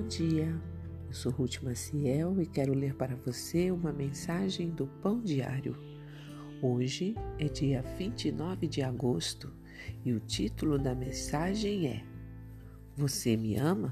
dia, eu sou Ruth Maciel e quero ler para você uma mensagem do Pão Diário. Hoje é dia 29 de agosto e o título da mensagem é Você me ama?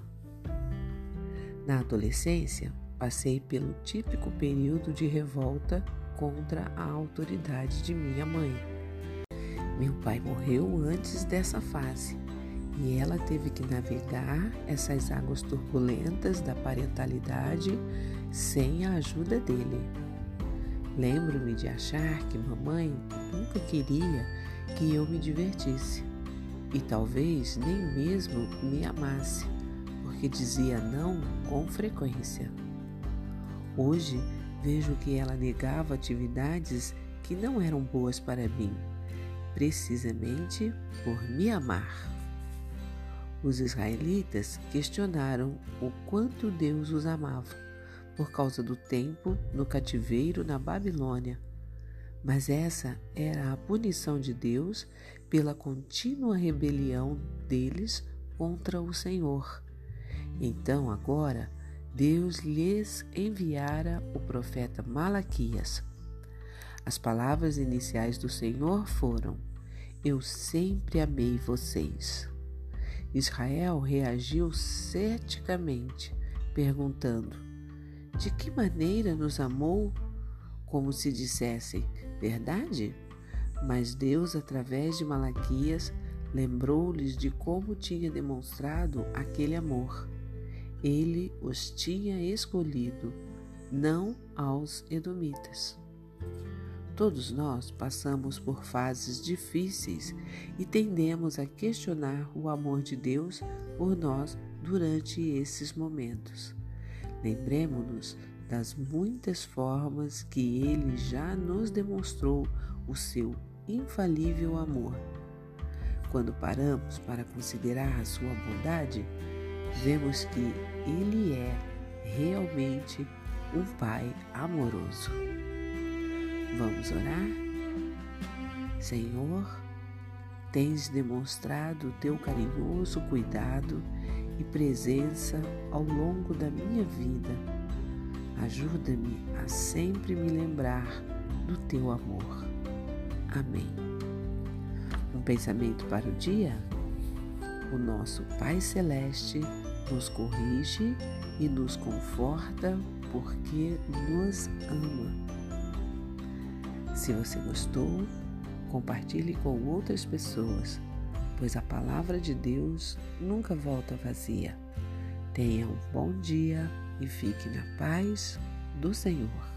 Na adolescência, passei pelo típico período de revolta contra a autoridade de minha mãe. Meu pai morreu antes dessa fase e ela teve que navegar essas águas turbulentas da parentalidade sem a ajuda dele. Lembro-me de achar que mamãe nunca queria que eu me divertisse e talvez nem mesmo me amasse, porque dizia não com frequência. Hoje vejo que ela negava atividades que não eram boas para mim, precisamente por me amar. Os israelitas questionaram o quanto Deus os amava por causa do tempo no cativeiro na Babilônia. Mas essa era a punição de Deus pela contínua rebelião deles contra o Senhor. Então agora Deus lhes enviara o profeta Malaquias. As palavras iniciais do Senhor foram: Eu sempre amei vocês. Israel reagiu ceticamente, perguntando: De que maneira nos amou? Como se dissessem: Verdade? Mas Deus, através de Malaquias, lembrou-lhes de como tinha demonstrado aquele amor. Ele os tinha escolhido, não aos edomitas. Todos nós passamos por fases difíceis e tendemos a questionar o amor de Deus por nós durante esses momentos. Lembremos-nos das muitas formas que Ele já nos demonstrou o seu infalível amor. Quando paramos para considerar a sua bondade, vemos que Ele é realmente um Pai amoroso. Vamos orar? Senhor, tens demonstrado o teu carinhoso cuidado e presença ao longo da minha vida. Ajuda-me a sempre me lembrar do teu amor. Amém. Um pensamento para o dia? O nosso Pai Celeste nos corrige e nos conforta porque nos ama. Se você gostou, compartilhe com outras pessoas, pois a palavra de Deus nunca volta vazia. Tenha um bom dia e fique na paz do Senhor.